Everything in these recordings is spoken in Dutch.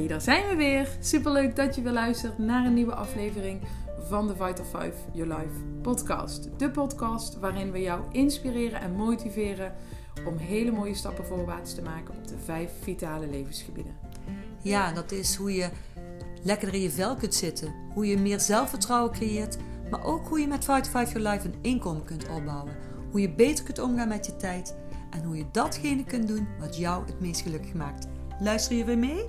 Hey, daar zijn we weer. Superleuk dat je weer luistert naar een nieuwe aflevering van de Vital 5 Your Life podcast. De podcast waarin we jou inspireren en motiveren om hele mooie stappen voorwaarts te maken op de 5 vitale levensgebieden. Ja, dat is hoe je lekkerder in je vel kunt zitten. Hoe je meer zelfvertrouwen creëert. Maar ook hoe je met Vital 5 Your Life een inkomen kunt opbouwen. Hoe je beter kunt omgaan met je tijd. En hoe je datgene kunt doen wat jou het meest gelukkig maakt. Luister je weer mee?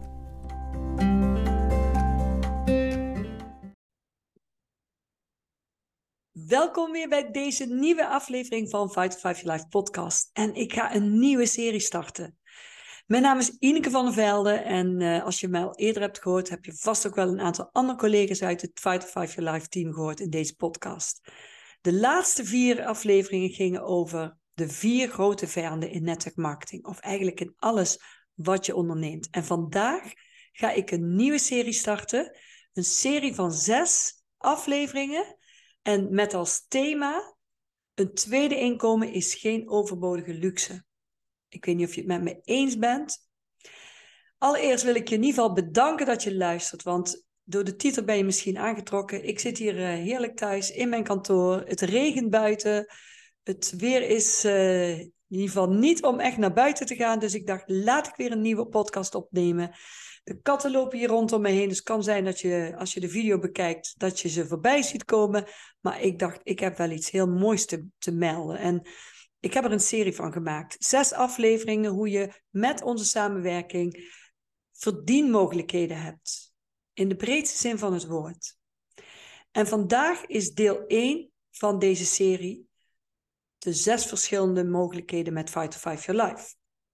Welkom weer bij deze nieuwe aflevering van Vital 5 Your Life podcast. En ik ga een nieuwe serie starten. Mijn naam is Ineke van der Velde en als je mij al eerder hebt gehoord, heb je vast ook wel een aantal andere collega's uit het Vital 5 Your Life team gehoord in deze podcast. De laatste 4 afleveringen gingen over de 4 grote vijanden in netwerk marketing, of eigenlijk in alles wat je onderneemt. En vandaag ga ik een nieuwe serie starten, een serie van 6 afleveringen en met als thema: een tweede inkomen is geen overbodige luxe. Ik weet niet of je het met me eens bent. Allereerst wil ik je in ieder geval bedanken dat je luistert, want door de titel ben je misschien aangetrokken. Ik zit hier heerlijk thuis in mijn kantoor. Het regent buiten. Het weer is in ieder geval niet om echt naar buiten te gaan. Dus ik dacht, laat ik weer een nieuwe podcast opnemen. De katten lopen hier rondom me heen. Dus het kan zijn dat je, als je de video bekijkt, dat je ze voorbij ziet komen. Maar ik dacht, ik heb wel iets heel moois te melden. En ik heb er een serie van gemaakt. 6 afleveringen hoe je met onze samenwerking verdienmogelijkheden hebt. In de breedste zin van het woord. En vandaag is deel 1 van deze serie. De 6 verschillende mogelijkheden met Vital 5 Your Life.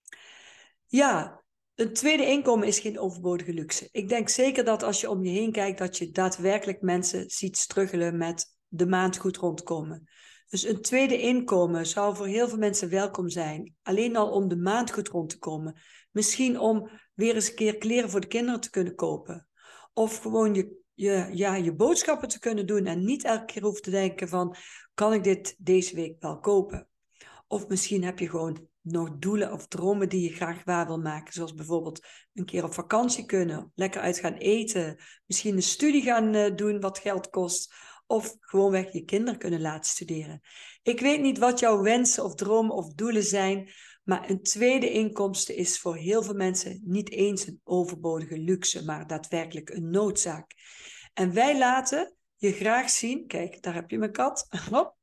Ja, een tweede inkomen is geen overbodige luxe. Ik denk zeker dat als je om je heen kijkt, dat je daadwerkelijk mensen ziet struggelen met de maand goed rondkomen. Dus een tweede inkomen zou voor heel veel mensen welkom zijn. Alleen al om de maand goed rond te komen. Misschien om weer eens een keer kleren voor de kinderen te kunnen kopen. Of gewoon je boodschappen te kunnen doen. En niet elke keer hoeven te denken van, kan ik dit deze week wel kopen? Of misschien heb je gewoon nog doelen of dromen die je graag waar wil maken. Zoals bijvoorbeeld een keer op vakantie kunnen. Lekker uit gaan eten. Misschien een studie gaan doen wat geld kost. Of gewoonweg je kinderen kunnen laten studeren. Ik weet niet wat jouw wensen of dromen of doelen zijn. Maar een tweede inkomsten is voor heel veel mensen niet eens een overbodige luxe. Maar daadwerkelijk een noodzaak. En wij laten je graag zien. Kijk, daar heb je mijn kat. Hop.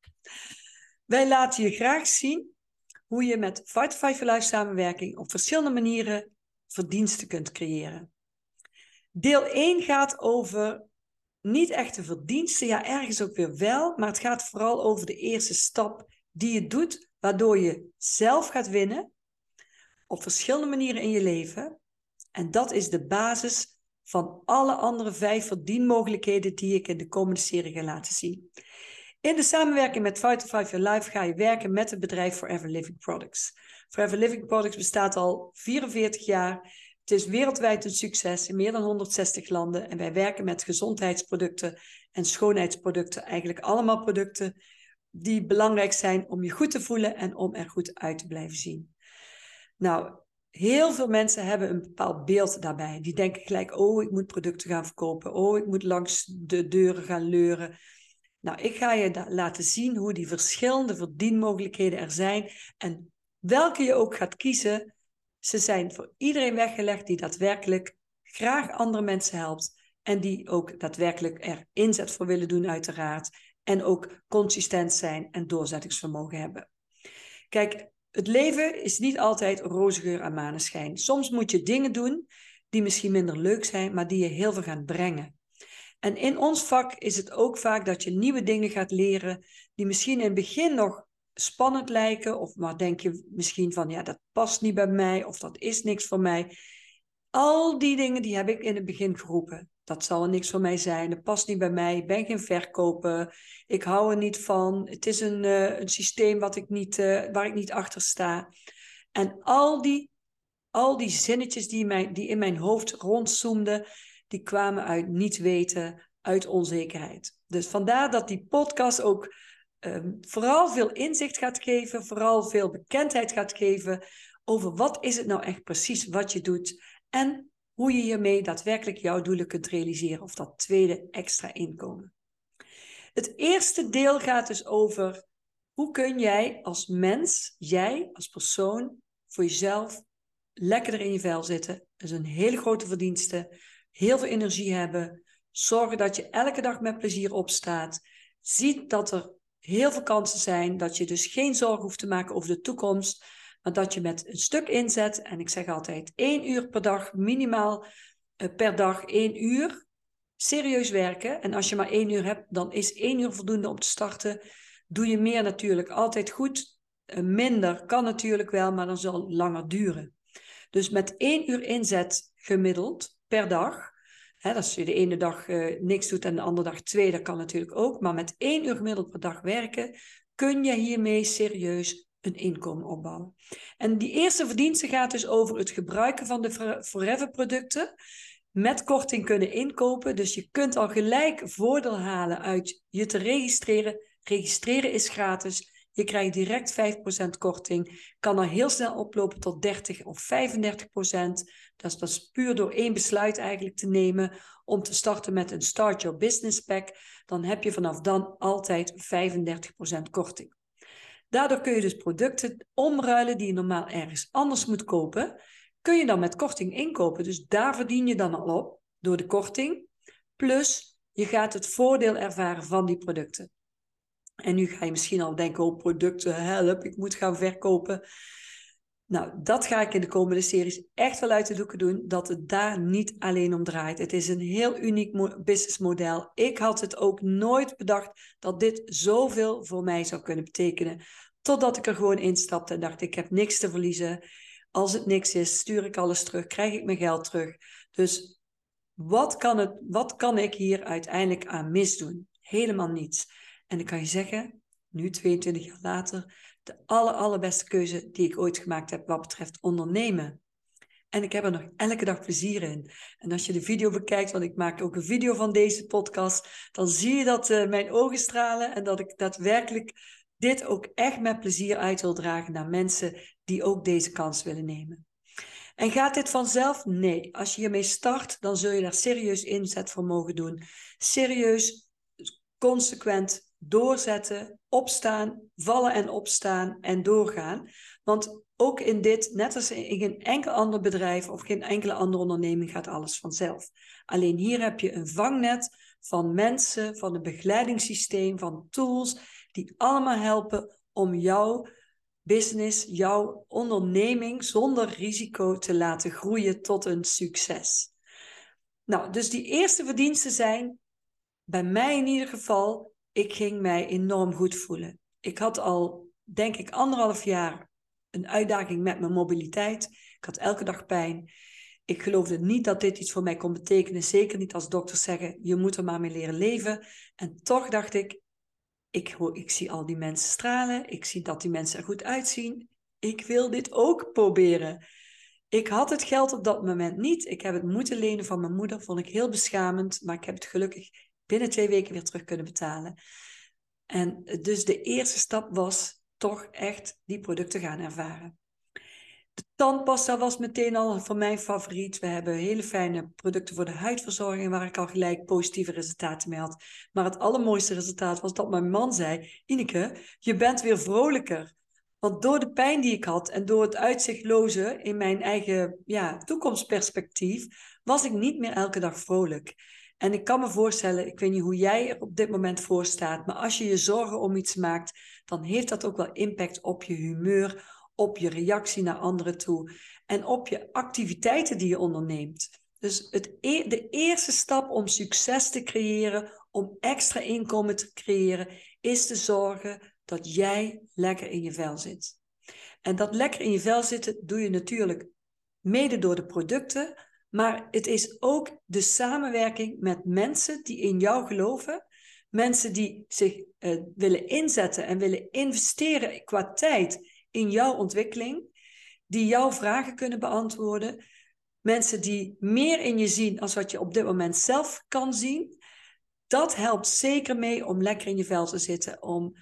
Wij laten je graag zien hoe je met Vital 5 Your Life samenwerking op verschillende manieren verdiensten kunt creëren. Deel 1 gaat over niet echte verdiensten, ja ergens ook weer wel, maar het gaat vooral over de eerste stap die je doet, waardoor je zelf gaat winnen op verschillende manieren in je leven. En dat is de basis van alle andere 5 verdienmogelijkheden die ik in de komende serie ga laten zien. In de samenwerking met Vital 5 Your Life ga je werken met het bedrijf Forever Living Products. Forever Living Products bestaat al 44 jaar. Het is wereldwijd een succes in meer dan 160 landen. En wij werken met gezondheidsproducten en schoonheidsproducten. Eigenlijk allemaal producten die belangrijk zijn om je goed te voelen en om er goed uit te blijven zien. Nou, heel veel mensen hebben een bepaald beeld daarbij. Die denken gelijk, oh, ik moet producten gaan verkopen. Oh, ik moet langs de deuren gaan leuren. Nou, ik ga je laten zien hoe die verschillende verdienmogelijkheden er zijn. En welke je ook gaat kiezen, ze zijn voor iedereen weggelegd die daadwerkelijk graag andere mensen helpt. En die ook daadwerkelijk er inzet voor willen doen uiteraard. En ook consistent zijn en doorzettingsvermogen hebben. Kijk, het leven is niet altijd roze geur en maneschijn. Soms moet je dingen doen die misschien minder leuk zijn, maar die je heel veel gaan brengen. En in ons vak is het ook vaak dat je nieuwe dingen gaat leren die misschien in het begin nog spannend lijken. Of maar denk je misschien van, ja, dat past niet bij mij of dat is niks voor mij. Al die dingen die heb ik in het begin geroepen. Dat zal er niks voor mij zijn, dat past niet bij mij, ik ben geen verkoper, ik hou er niet van. Het is een systeem waar ik niet achter sta. En al die zinnetjes die in mijn hoofd rondzoomden, die kwamen uit niet weten, uit onzekerheid. Dus vandaar dat die podcast ook vooral veel inzicht gaat geven, vooral veel bekendheid gaat geven over wat is het nou echt precies wat je doet en hoe je hiermee daadwerkelijk jouw doelen kunt realiseren of dat tweede extra inkomen. Het eerste deel gaat dus over hoe kun jij als mens, jij als persoon, voor jezelf lekkerder in je vel zitten. Dat is een hele grote verdienste. Heel veel energie hebben. Zorgen dat je elke dag met plezier opstaat. Ziet dat er heel veel kansen zijn. Dat je dus geen zorgen hoeft te maken over de toekomst. Maar dat je met een stuk inzet. En ik zeg altijd 1 uur per dag, minimaal per dag 1 uur. Serieus werken. En als je maar 1 uur hebt, dan is 1 uur voldoende om te starten. Doe je meer natuurlijk altijd goed. Minder kan natuurlijk wel, maar dan zal het langer duren. Dus met 1 uur inzet gemiddeld per dag. Hè, als je de ene dag niks doet en de andere dag 2, dat kan natuurlijk ook. Maar met 1 uur gemiddeld per dag werken, kun je hiermee serieus een inkomen opbouwen. En die eerste verdienste gaat dus over het gebruiken van de Forever producten. Met korting kunnen inkopen. Dus je kunt al gelijk voordeel halen uit je te registreren. Registreren is gratis. Je krijgt direct 5% korting. Kan er heel snel oplopen tot 30 of 35%. Dat is puur door 1 besluit eigenlijk te nemen om te starten met een Start Your Business Pack. Dan heb je vanaf dan altijd 35% korting. Daardoor kun je dus producten omruilen die je normaal ergens anders moet kopen. Kun je dan met korting inkopen. Dus daar verdien je dan al op door de korting. Plus je gaat het voordeel ervaren van die producten. En nu ga je misschien al denken, oh producten, help, ik moet gaan verkopen. Nou, dat ga ik in de komende series echt wel uit de doeken doen, dat het daar niet alleen om draait. Het is een heel uniek businessmodel. Ik had het ook nooit bedacht dat dit zoveel voor mij zou kunnen betekenen. Totdat ik er gewoon instapte en dacht, ik heb niks te verliezen. Als het niks is, stuur ik alles terug, krijg ik mijn geld terug. Dus wat kan ik hier uiteindelijk aan misdoen? Helemaal niets. En dan kan je zeggen, nu 22 jaar later, de allerbeste keuze die ik ooit gemaakt heb wat betreft ondernemen. En ik heb er nog elke dag plezier in. En als je de video bekijkt, want ik maak ook een video van deze podcast, dan zie je dat mijn ogen stralen en dat ik daadwerkelijk dit ook echt met plezier uit wil dragen naar mensen die ook deze kans willen nemen. En gaat dit vanzelf? Nee. Als je hiermee start, dan zul je daar serieus inzet voor mogen doen. Serieus, consequent doorzetten, opstaan, vallen en opstaan en doorgaan. Want ook in dit, net als in geen enkel ander bedrijf of geen enkele andere onderneming, gaat alles vanzelf. Alleen hier heb je een vangnet van mensen, van een begeleidingssysteem, van tools, die allemaal helpen om jouw business, jouw onderneming zonder risico te laten groeien tot een succes. Nou, dus die eerste verdiensten zijn, bij mij in ieder geval, ik ging mij enorm goed voelen. Ik had al, denk ik, 1,5 jaar een uitdaging met mijn mobiliteit. Ik had elke dag pijn. Ik geloofde niet dat dit iets voor mij kon betekenen. Zeker niet als dokters zeggen, je moet er maar mee leren leven. En toch dacht ik, ik zie al die mensen stralen. Ik zie dat die mensen er goed uitzien. Ik wil dit ook proberen. Ik had het geld op dat moment niet. Ik heb het moeten lenen van mijn moeder. Vond ik heel beschamend. Maar ik heb het gelukkig binnen 2 weken weer terug kunnen betalen. En dus de eerste stap was toch echt die producten gaan ervaren. De tandpasta was meteen al voor mij favoriet. We hebben hele fijne producten voor de huidverzorging, waar ik al gelijk positieve resultaten mee had. Maar het allermooiste resultaat was dat mijn man zei, Ineke, je bent weer vrolijker. Want door de pijn die ik had en door het uitzichtloze in mijn eigen toekomstperspectief, was ik niet meer elke dag vrolijk. En ik kan me voorstellen, ik weet niet hoe jij er op dit moment voor staat, maar als je je zorgen om iets maakt, dan heeft dat ook wel impact op je humeur, op je reactie naar anderen toe en op je activiteiten die je onderneemt. Dus de eerste stap om succes te creëren, om extra inkomen te creëren, is te zorgen dat jij lekker in je vel zit. En dat lekker in je vel zitten doe je natuurlijk mede door de producten, maar het is ook de samenwerking met mensen die in jou geloven, mensen die zich willen inzetten en willen investeren qua tijd in jouw ontwikkeling, die jouw vragen kunnen beantwoorden, mensen die meer in je zien als wat je op dit moment zelf kan zien. Dat helpt zeker mee om lekker in je vel te zitten, om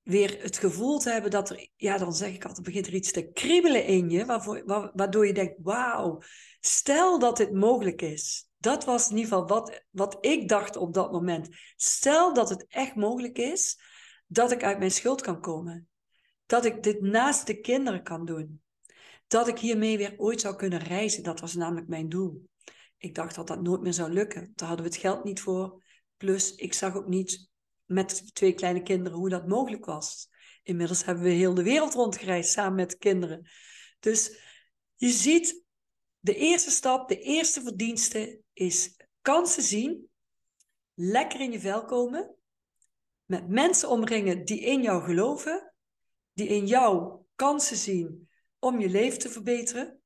weer het gevoel te hebben dat er, ja, dan zeg ik altijd, begint er iets te kriebelen in je, waardoor je denkt, wauw, stel dat dit mogelijk is. Dat was in ieder geval wat ik dacht op dat moment. Stel dat het echt mogelijk is, dat ik uit mijn schuld kan komen. Dat ik dit naast de kinderen kan doen. Dat ik hiermee weer ooit zou kunnen reizen. Dat was namelijk mijn doel. Ik dacht dat dat nooit meer zou lukken. Daar hadden we het geld niet voor. Plus, ik zag ook niet met 2 kleine kinderen hoe dat mogelijk was. Inmiddels hebben we heel de wereld rondgereisd samen met de kinderen. Dus je ziet, de eerste stap, de eerste verdienste is kansen zien. Lekker in je vel komen. Met mensen omringen die in jou geloven. Die in jou kansen zien om je leven te verbeteren.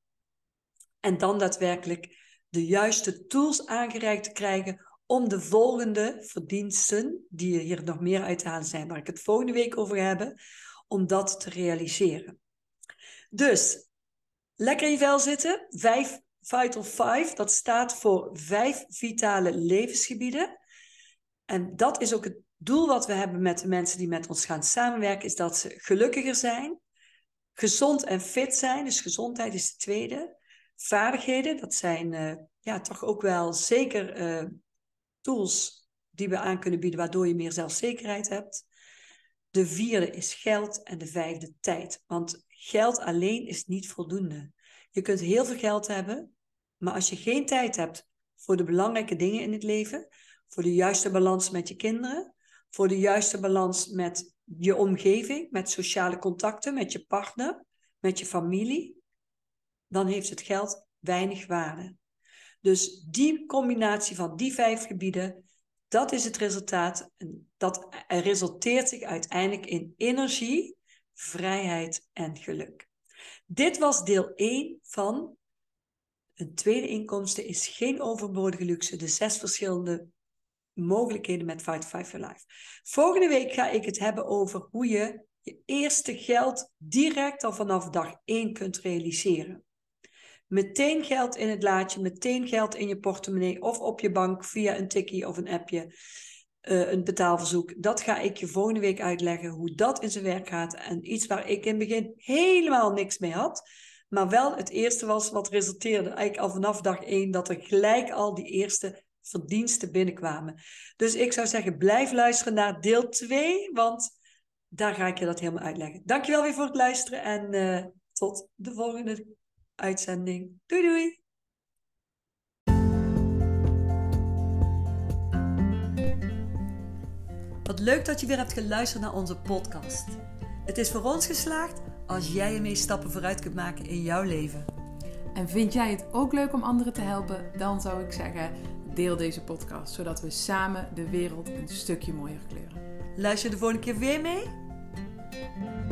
En dan daadwerkelijk de juiste tools aangereikt te krijgen om de volgende verdiensten, die er hier nog meer uit te halen zijn, waar ik het volgende week over heb, om dat te realiseren. Dus, lekker in je vel zitten. 5 Vital 5, dat staat voor 5 vitale levensgebieden. En dat is ook het doel wat we hebben met de mensen die met ons gaan samenwerken, is dat ze gelukkiger zijn, gezond en fit zijn, dus gezondheid is de tweede. Vaardigheden, dat zijn toch ook wel zeker tools die we aan kunnen bieden, waardoor je meer zelfzekerheid hebt. De 4e is geld en de 5e tijd. Want geld alleen is niet voldoende. Je kunt heel veel geld hebben, maar als je geen tijd hebt voor de belangrijke dingen in het leven, voor de juiste balans met je kinderen, voor de juiste balans met je omgeving, met sociale contacten, met je partner, met je familie, dan heeft het geld weinig waarde. Dus die combinatie van die 5 gebieden, dat is het resultaat. Dat resulteert zich uiteindelijk in energie, vrijheid en geluk. Dit was deel 1 van een tweede inkomsten is geen overbodige luxe. De 6 verschillende mogelijkheden met Vital 5 for Life. Volgende week ga ik het hebben over hoe je je eerste geld direct al vanaf dag 1 kunt realiseren. Meteen geld in het laadje, meteen geld in je portemonnee of op je bank via een tikkie of een appje, een betaalverzoek. Dat ga ik je volgende week uitleggen hoe dat in zijn werk gaat. En iets waar ik in het begin helemaal niks mee had, maar wel het eerste was wat resulteerde eigenlijk al vanaf dag 1 dat er gelijk al die eerste verdiensten binnenkwamen. Dus ik zou zeggen, blijf luisteren naar deel 2, want daar ga ik je dat helemaal uitleggen. Dankjewel weer voor het luisteren en tot de volgende uitzending. Doei doei! Wat leuk dat je weer hebt geluisterd naar onze podcast. Het is voor ons geslaagd als jij ermee stappen vooruit kunt maken in jouw leven. En vind jij het ook leuk om anderen te helpen? Dan zou ik zeggen, deel deze podcast, zodat we samen de wereld een stukje mooier kleuren. Luister je de volgende keer weer mee?